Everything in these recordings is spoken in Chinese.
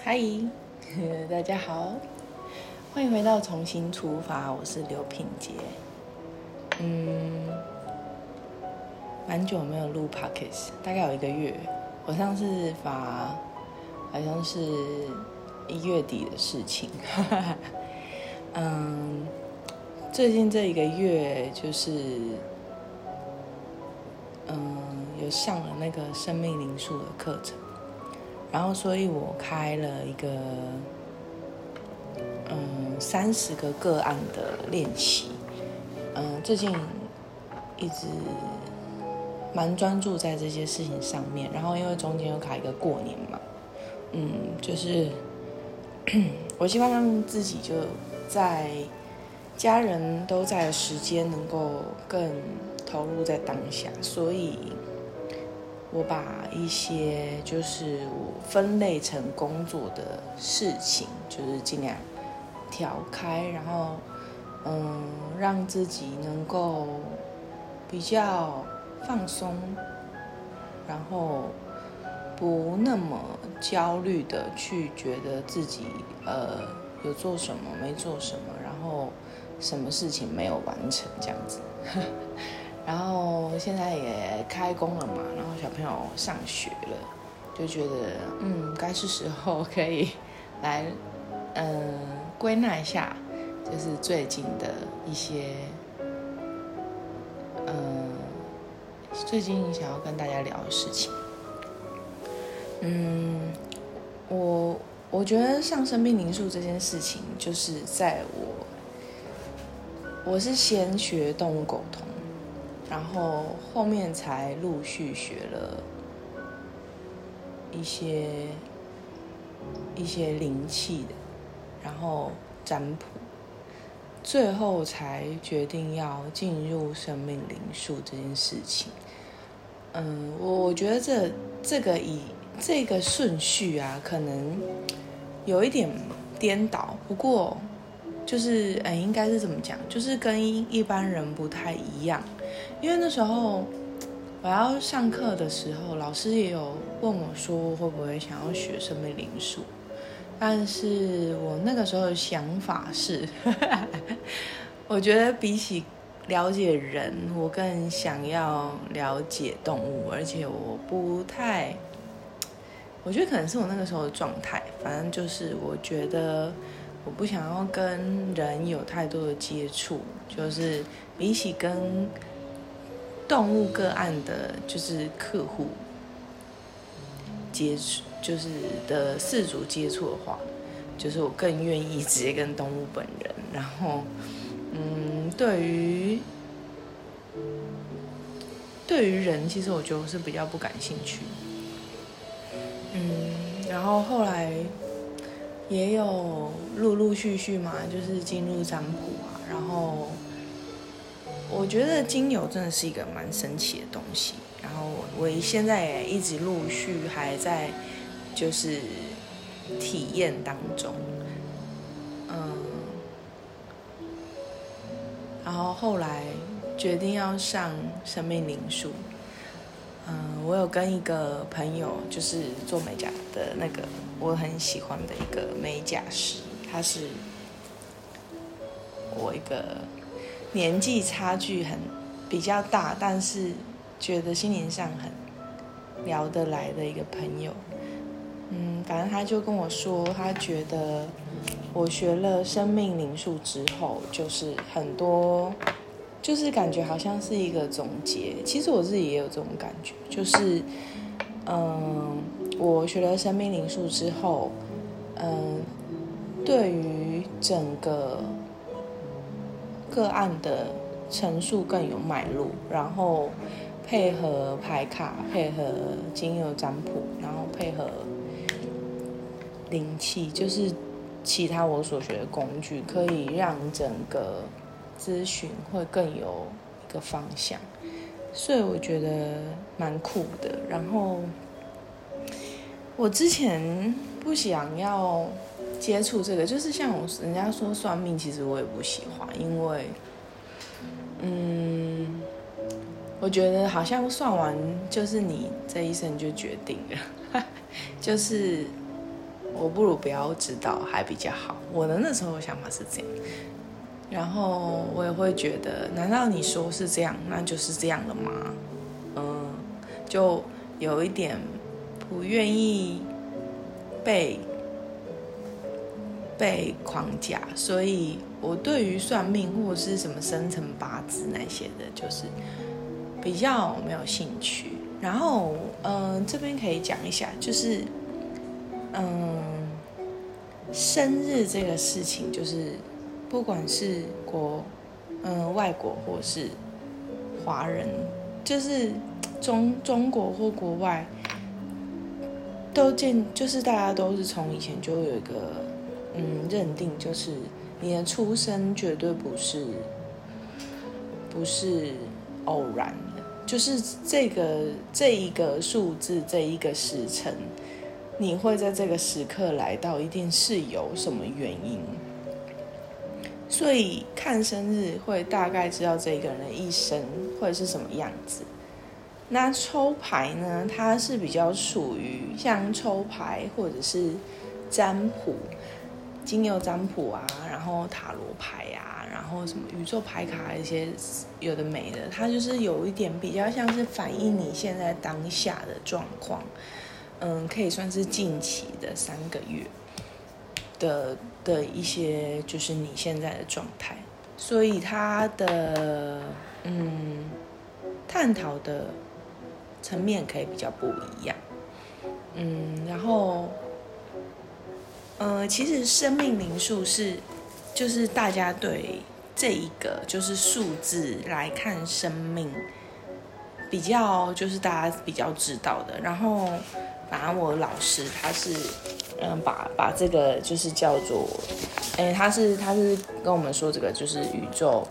嗨，大家好，欢迎回到重新出发，我是刘品杰。蛮久没有录 podcast， 大概有1个月。我上次发好像是1月底的事情。最近这1个月就是有上了那个生命灵数的课程，然后所以我开了一个30个个案的练习。最近一直蛮专注在这些事情上面，然后因为中间又卡一个过年嘛，就是我希望让自己就在家人都在的时间能够更投入在当下，所以我把一些就是我分类成工作的事情，就是尽量调开，然后让自己能够比较放松，然后不那么焦虑的去觉得自己有做什么没做什么，然后什么事情没有完成这样子。然后现在也开工了嘛，然后小朋友上学了，就觉得该是时候可以来归纳一下，就是最近的一些最近想要跟大家聊的事情。我觉得上生命灵数这件事情，就是在我是先学动物沟通，然后后面才陆续学了一些灵气的，然后占卜，最后才决定要进入生命灵数这件事情。我觉得这个顺序啊，可能有一点颠倒，不过就是应该是怎么讲，就是跟一般人不太一样。因为那时候我要上课的时候，老师也有问我说会不会想要学生命灵数，但是我那个时候的想法是我觉得比起了解人，我更想要了解动物，而且我觉得可能是我那个时候的状态，反正就是我觉得我不想要跟人有太多的接触，就是比起跟动物个案的就是客户接触，就是的饲主接触的话，就是我更愿意直接跟动物本人。然后对于人，其实我觉得我是比较不感兴趣。然后后来也有陆续嘛，就是进入占卜啊，然后我觉得精油真的是一个蛮神奇的东西，然后我现在也一直陆续还在就是体验当中。然后后来决定要上生命灵数。我有跟一个朋友，就是做美甲的那个我很喜欢的一个美甲师，他是我一个年纪差距比较大，但是觉得心灵上很聊得来的一个朋友。反正他就跟我说，他觉得我学了生命灵数之后，就是很多，就是感觉好像是一个总结。其实我自己也有这种感觉，就是我学了生命灵数之后，对于整个个案的陈述更有脉络，然后配合牌卡，配合精油占卜，然后配合灵气，就是其他我所学的工具，可以让整个咨询会更有一个方向，所以我觉得蛮酷的。然后我之前不想要接触这个，就是像人家说算命，其实我也不喜欢，因为我觉得好像算完就是你这一生就决定了，就是我不如不要知道还比较好。我的那时候的想法是这样，然后我也会觉得，难道你说是这样，那就是这样了吗？就有一点不愿意被框架，所以我对于算命或者是什么生辰八字那些的，就是比较没有兴趣。然后这边可以讲一下，就是生日这个事情，就是不管是外国或是华人，就是中国或国外，就是大家都是从以前就有一个认定，就是你的出生绝对不是偶然的，就是这一个数字，这一个时辰，你会在这个时刻来到，一定是有什么原因。所以看生日会大概知道这个人的一生会是什么样子。那抽牌呢，它是比较属于像抽牌或者是占卜、精油占卜啊，然后塔罗牌啊，然后什么宇宙牌卡一些有的没的，它就是有一点比较像是反映你现在当下的状况。可以算是近期的3个月的一些就是你现在的状态，所以它的探讨的层面可以比较不一样。然后其实生命灵数就是大家对这一个就是数字来看生命比较就是大家比较知道的。然后反正我老师他是把这个就是叫做他是跟我们说这个就是宇宙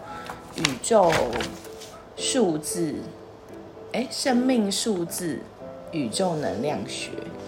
数字生命数字宇宙能量学。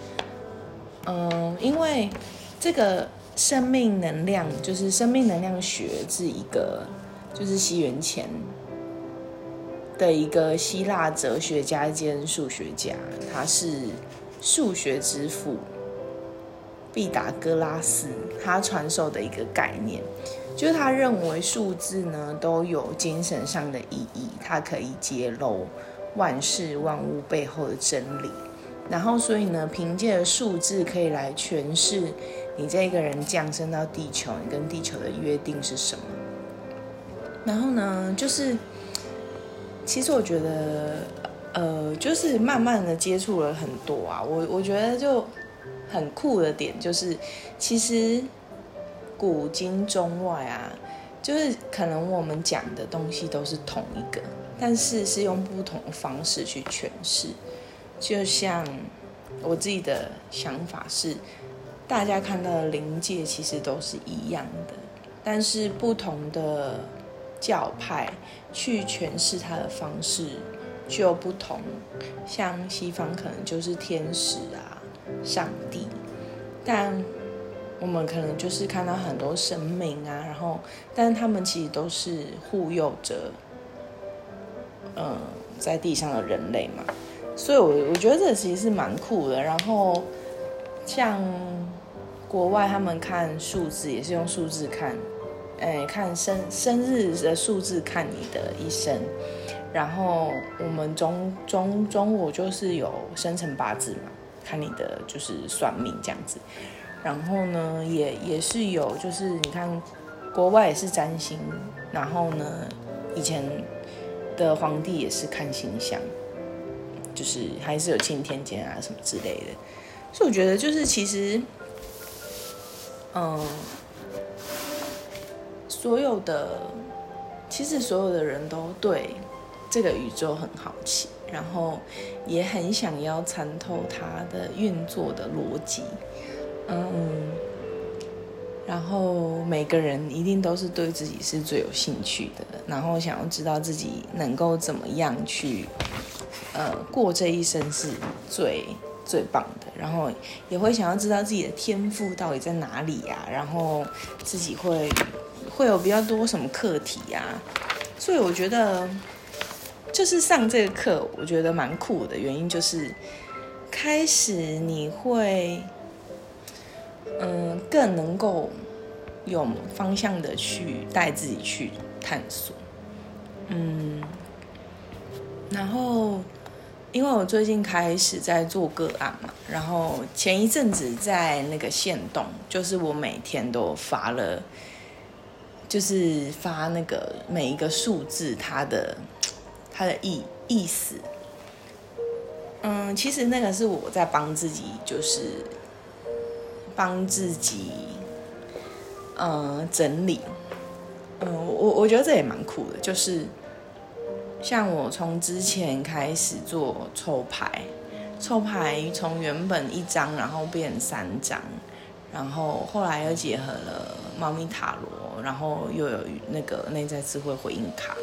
因为这个生命能量就是生命能量学是一个就是西元前的一个希腊哲学家兼数学家，他是数学之父毕达哥拉斯，他传授的一个概念，就是他认为数字呢都有精神上的意义，它可以揭露万事万物背后的真理。然后所以呢，凭借着数字可以来诠释你这个人降生到地球，你跟地球的约定是什么。然后呢，就是其实我觉得就是慢慢的接触了很多啊，我觉得就很酷的点就是，其实古今中外啊，就是可能我们讲的东西都是同一个，但是用不同的方式去诠释。就像我自己的想法是，大家看到的灵界其实都是一样的，但是不同的教派去诠释它的方式就不同。像西方可能就是天使啊、上帝，但我们可能就是看到很多神明啊，然后但是他们其实都是护佑着在地上的人类嘛。所以我觉得这其实是蛮酷的。然后像国外他们看数字也是用数字看，看生日的数字看你的一生。然后我们中国就是有生辰八字嘛，看你的就是算命这样子。然后呢也是有就是你看国外也是占星，然后呢以前的皇帝也是看星象，就是还是有钦天监啊什么之类的。所以我觉得就是其实所有的人都对这个宇宙很好奇，然后也很想要参透它的运作的逻辑。然后每个人一定都是对自己是最有兴趣的，然后想要知道自己能够怎么样去过这一生是最棒的，然后也会想要知道自己的天赋到底在哪里啊，然后自己会有比较多什么课题啊。所以我觉得就是上这个课我觉得蛮酷的原因，就是开始你会更能够有方向的去带自己去探索。然后因为我最近开始在做个案嘛，然后前一阵子在那个限动，就是我每天都发了，就是发那个每一个数字它的意思。其实那个是我在帮自己，就是帮自己整理。我觉得这也蛮酷的，就是像我从之前开始做抽牌从原本1张然后变3张，然后后来又结合了猫咪塔罗，然后又有那个内在智慧回应卡。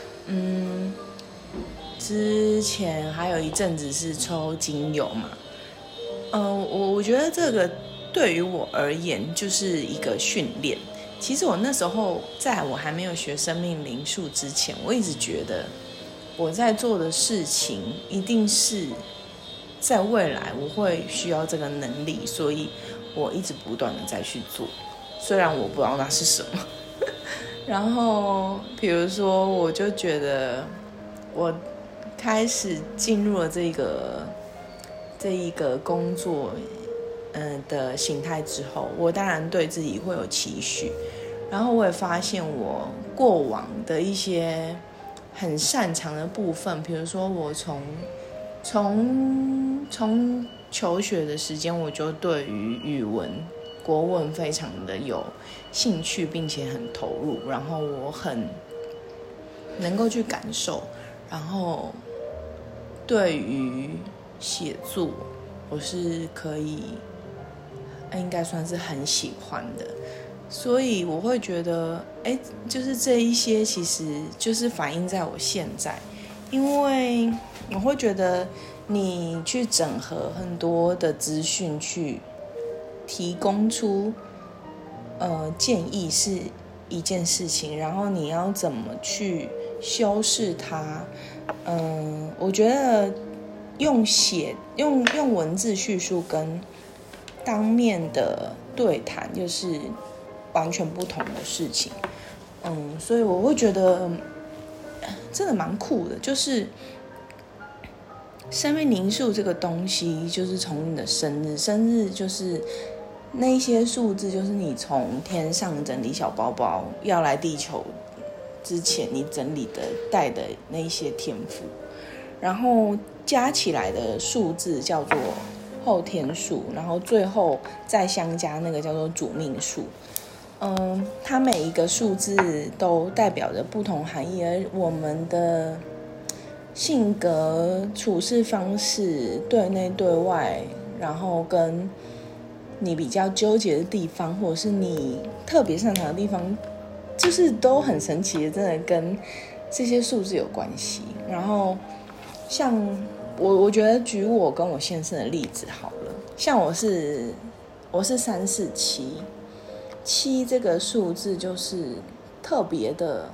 之前还有一阵子是抽精油嘛。我觉得这个对于我而言就是一个训练。其实我那时候在我还没有学生命灵数之前，我一直觉得我在做的事情一定是在未来我会需要这个能力，所以我一直不断的在去做，虽然我不知道那是什么。然后比如说我就觉得我开始进入了这一个工作的形态之后，我当然对自己会有期许，然后我也发现我过往的一些很擅长的部分，比如说我从求学的时间，我就对于语文国文非常的有兴趣，并且很投入，然后我很能够去感受，然后对于写作我是可以应该算是很喜欢的。所以我会觉得就是这一些其实就是反映在我现在，因为我会觉得你去整合很多的资讯去提供出建议是一件事情，然后你要怎么去修饰它，我觉得用文字叙述跟当面的对谈就是完全不同的事情。所以我会觉得真的蛮酷的，就是生命灵数这个东西，就是从你的生日就是那些数字，就是你从天上整理小包包要来地球之前你整理的带的那些天赋，然后加起来的数字叫做后天数，然后最后再相加那个叫做主命数。它每一个数字都代表着不同含义，而我们的性格、处事方式、对内对外，然后跟你比较纠结的地方，或者是你特别擅长的地方，就是都很神奇的，真的跟这些数字有关系。然后像我觉得举我跟我先生的例子好了，像我是347，这个数字就是特别的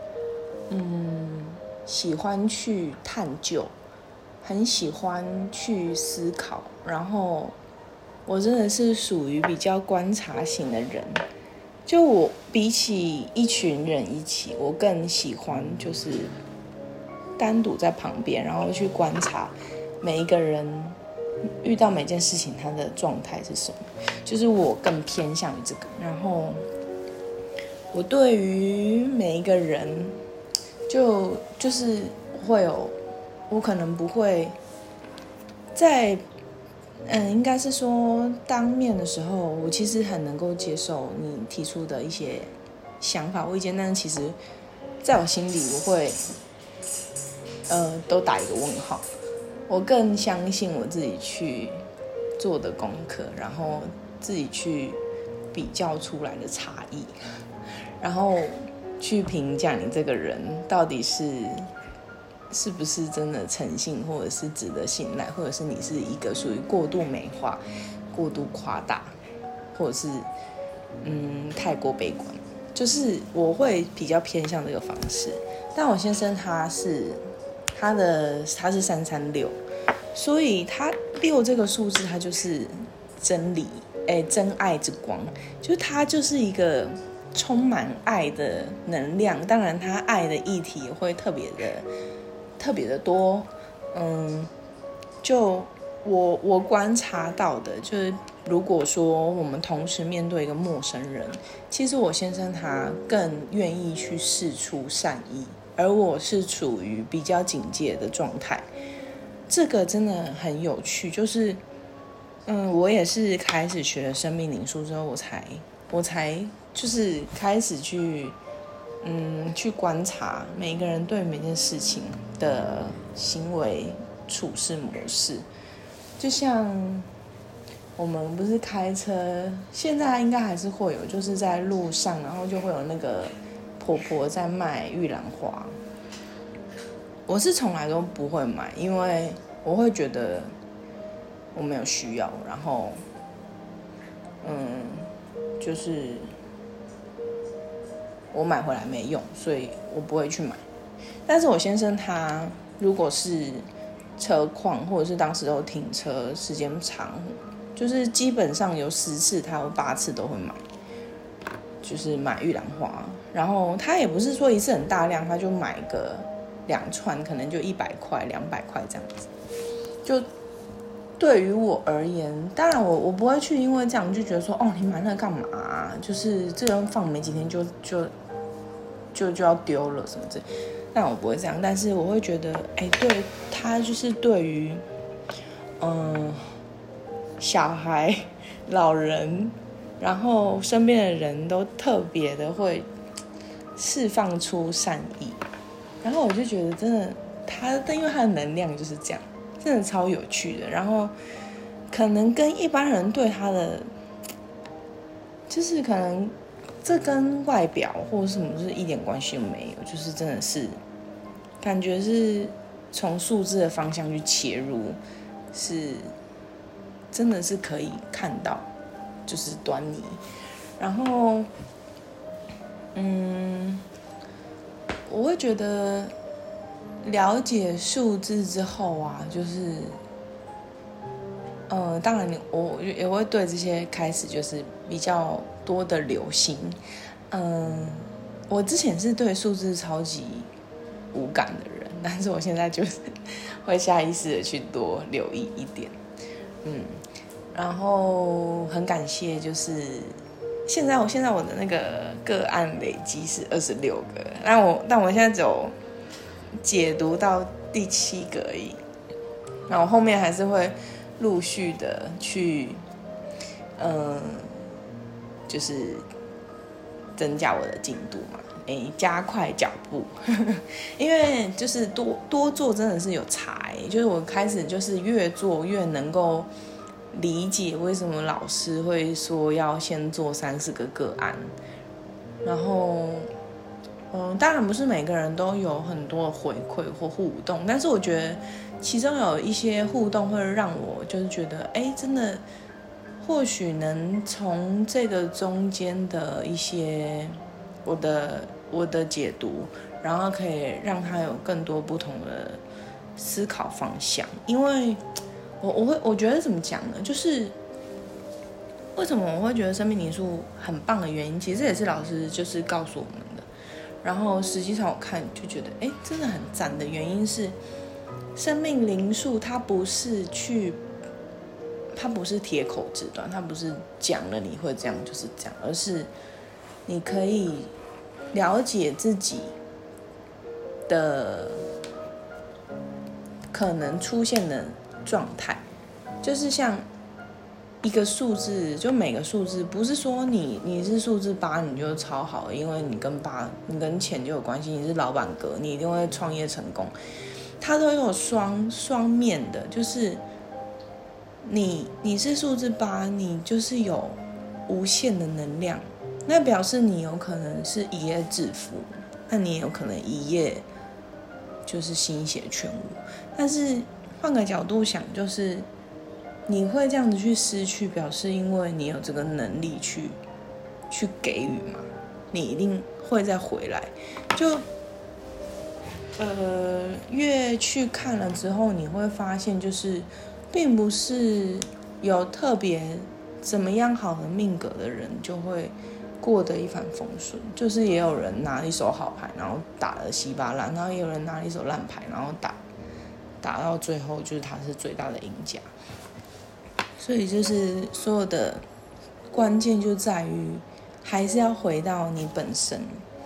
喜欢去探究，很喜欢去思考，然后我真的是属于比较观察型的人，就我比起一群人一起，我更喜欢就是单独在旁边，然后去观察每一个人遇到每件事情他的状态是什么，就是我更偏向于这个。然后我对于每一个人就是会有，我可能不会在应该是说当面的时候，我其实很能够接受你提出的一些想法或意见，但是其实在我心里我会都打一个问号。我更相信我自己去做的功课，然后自己去比较出来的差异，然后去评价你这个人到底是不是真的诚信，或者是值得信赖，或者是你是一个属于过度美化、过度夸大，或者是太过悲观，就是我会比较偏向这个方式。但我先生他是336，所以他6这个数字它就是真理， 真爱之光，就是它就是一个充满爱的能量。当然它爱的议题也会特别的多。就我观察到的，就是如果说我们同时面对一个陌生人，其实我先生他更愿意去释出善意，而我是处于比较警戒的状态。这个真的很有趣，就是我也是开始学了生命灵数之后，我才就是开始去观察每一个人对每件事情的行为处事模式。就像我们不是开车，现在应该还是会有，就是在路上，然后就会有那个婆婆在卖玉兰花。我是从来都不会买，因为我会觉得我没有需要，然后就是我买回来没用，所以我不会去买。但是我先生他如果是车况，或者是当时候停车时间长，就是基本上有10次他有8次都会买，就是买玉兰花。然后他也不是说一次很大量，他就买个2串，可能就100块200块这样子。就对于我而言，当然我不会去因为这样就觉得说，你买那个干嘛啊？就是这个放没几天就要丢了什么之类。但我不会这样，但是我会觉得，对，他就是对于小孩、老人，然后身边的人都特别的会释放出善意。然后我就觉得真的，因为他的能量就是这样，真的超有趣的。然后可能跟一般人对他的，就是可能这跟外表或者什么就是一点关系都没有，就是真的是感觉是从数字的方向去切入，是真的是可以看到就是端倪。然后我会觉得了解数字之后啊，就是当然我也会对这些开始就是比较多的留心。我之前是对数字超级无感的人，但是我现在就是会下意识的去多留意一点。然后很感谢，就是现在我的那个个案累积是26个，但我现在只有解读到第7个而已，然后后面还是会陆续的去就是增加我的进度嘛，加快脚步因为就是多做真的是有差，就是我开始就是越做越能够理解为什么老师会说要先做30个个案。然后当然不是每个人都有很多的回馈或互动，但是我觉得其中有一些互动会让我就是觉得真的或许能从这个中间的一些我的解读，然后可以让他有更多不同的思考方向。因为我觉得怎么讲呢，就是为什么我会觉得生命灵数很棒的原因，其实这也是老师就是告诉我们的。然后实际上我看就觉得真的很赞的原因是，生命灵数它不是铁口直断，它不是讲了你会这样就是这样，而是你可以了解自己的可能出现的状态。就是像一个数字，就每个数字不是说你是数字8你就超好，因为你跟钱就有关系，你是老板哥你一定会创业成功，它都有双面的。就是你是数字8，你就是有无限的能量，那表示你有可能是一夜致富，那你也有可能一夜就是心血全无。但是换个角度想，就是你会这样子去失去，表示因为你有这个能力去给予嘛，你一定会再回来。就越去看了之后，你会发现就是并不是有特别怎么样好的命格的人就会过得一帆风顺，就是也有人拿一手好牌，然后打得稀巴烂，然后也有人拿一手烂牌，然后打到最后就是他是最大的赢家。所以就是所有的关键就在于还是要回到你本身，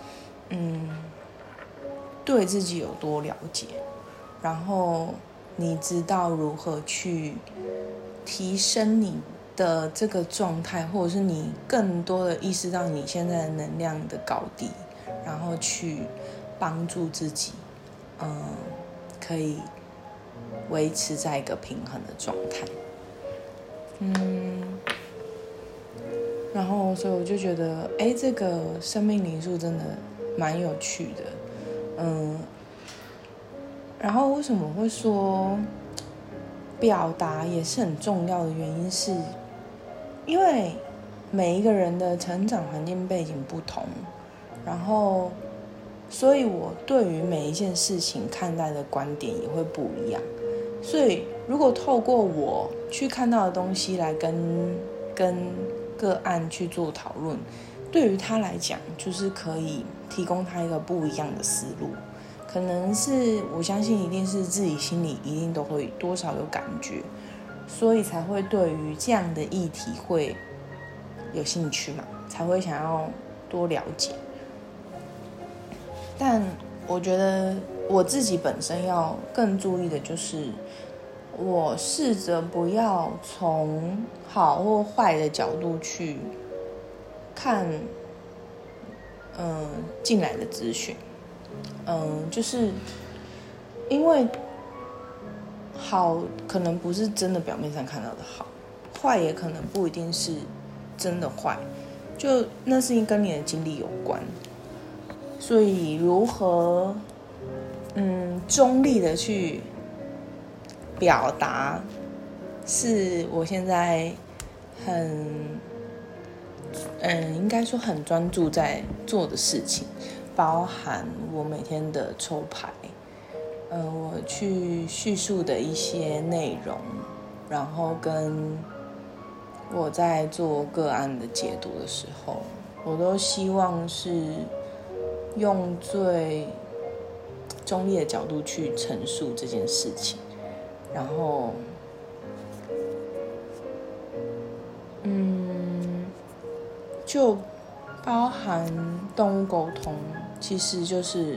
对自己有多了解，然后你知道如何去提升你的这个状态，或者是你更多的意识到你现在的能量的高低，然后去帮助自己，可以维持在一个平衡的状态。然后所以我就觉得，这个生命灵数真的蛮有趣的，然后为什么会说表达也是很重要的原因是，因为每一个人的成长环境背景不同，然后所以我对于每一件事情看待的观点也会不一样。所以如果透过我去看到的东西来跟个案去做讨论，对于他来讲就是可以提供他一个不一样的思路，可能是我相信一定是自己心里一定都会多少有感觉，所以才会对于这样的议题会有兴趣嘛，才会想要多了解。但我觉得我自己本身要更注意的就是，我试着不要从好或坏的角度去看，进来的资讯，就是因为好可能不是真的表面上看到的好，坏也可能不一定是真的坏，就那是跟你的经历有关。所以如何中立的去表达，是我现在应该说很专注在做的事情，包含我每天的抽牌，我去叙述的一些内容，然后跟我在做个案的解读的时候，我都希望是用最中立的角度去陈述这件事情，然后就包含动物沟通，其实就是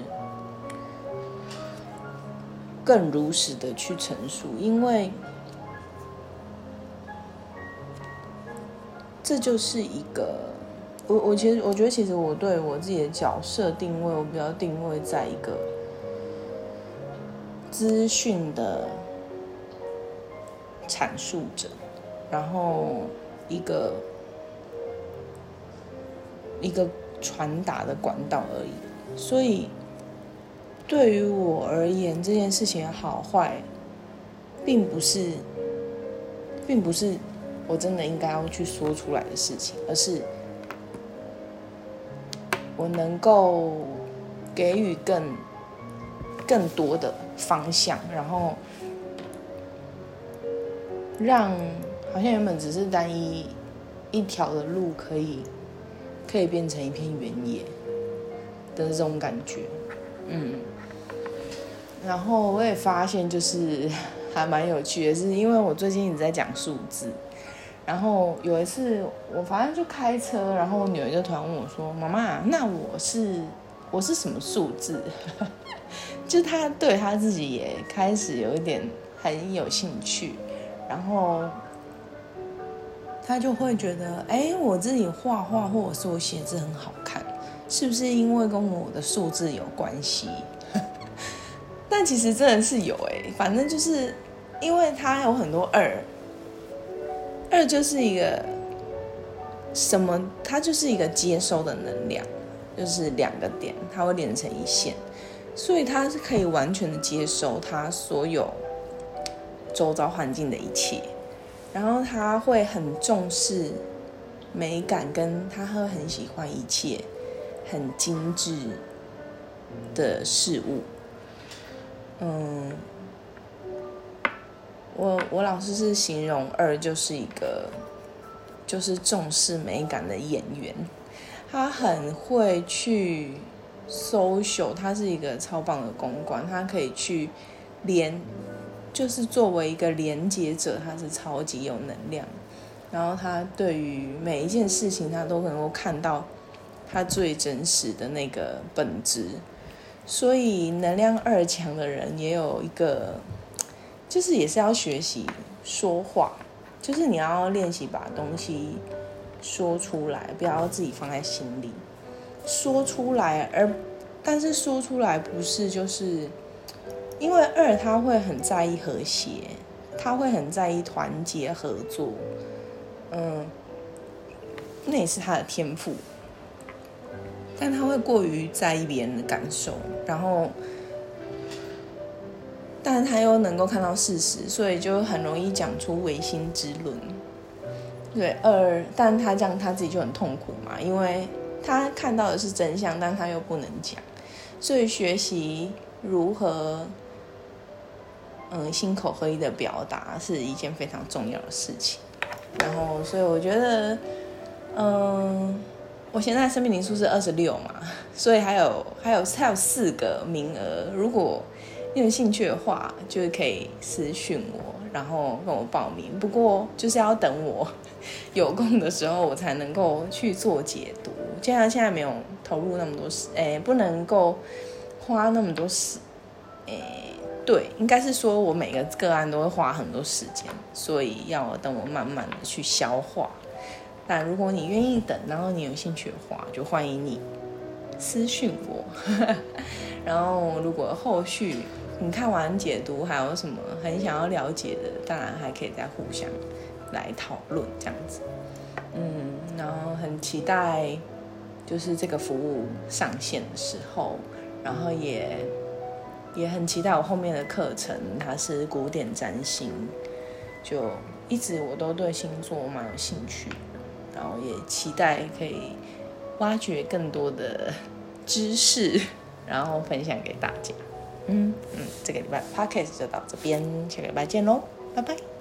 更如实的去陈述，因为这就是一个我觉得其实我对我自己的角色定位，我比较定位在一个资讯的阐述者，然后一个传达的管道而已。所以对于我而言，这件事情的好坏并不是我真的应该要去说出来的事情，而是我能够给予更多的方向，然后让好像原本只是单一一条的路可以变成一片原野的这种感觉。然后我也发现就是还蛮有趣的，是因为我最近一直在讲数字，然后有一次我反正就开车，然后我女儿就突然问我说：“妈妈，那我是什么数字？”就她对她自己也开始有一点很有兴趣，然后她就会觉得，我自己画画或者是我写字很好看，是不是因为跟我的数字有关系？但其实真的是有反正就是因为它有很多二就是一个什么，它就是一个接收的能量，就是两个点它会连成一线，所以它是可以完全的接收它所有周遭环境的一切，然后它会很重视美感，跟它会很喜欢一切很精致的事物。我老师是形容2就是一个就是重视美感的演员，他很会去social，他是一个超棒的公关，他可以去就是作为一个连接者，他是超级有能量。然后他对于每一件事情，他都能够看到他最真实的那个本质。所以能量2强的人也有一个，就是也是要学习说话，就是你要练习把东西说出来，不要自己放在心里，说出来。但是说出来不是就是因为2他会很在意和谐，他会很在意团结合作，那也是他的天赋。但他会过于在意别人的感受，然后，但是他又能够看到事实，所以就很容易讲出违心之论。对但他这样他自己就很痛苦嘛，因为他看到的是真相，但他又不能讲，所以学习如何心口合一的表达是一件非常重要的事情。然后，所以我觉得，我现在生命灵数是26嘛，所以还有4个名额，如果你有兴趣的话，就可以私讯我，然后跟我报名。不过就是要等我有空的时候，我才能够去做解读。现在没有投入那么多不能够花那么多对，应该是说我每个个案都会花很多时间，所以要等我慢慢的去消化。但如果你愿意等，然后你有兴趣的话，就欢迎你私讯我。然后如果后续你看完解读还有什么很想要了解的，当然还可以再互相来讨论这样子。然后很期待就是这个服务上线的时候，然后也很期待我后面的课程，它是古典占星，就一直我都对星座蛮有兴趣的，然后也期待可以挖掘更多的知识，然后分享给大家。这个礼拜 Podcast 就到这边，下个礼拜见咯，拜拜。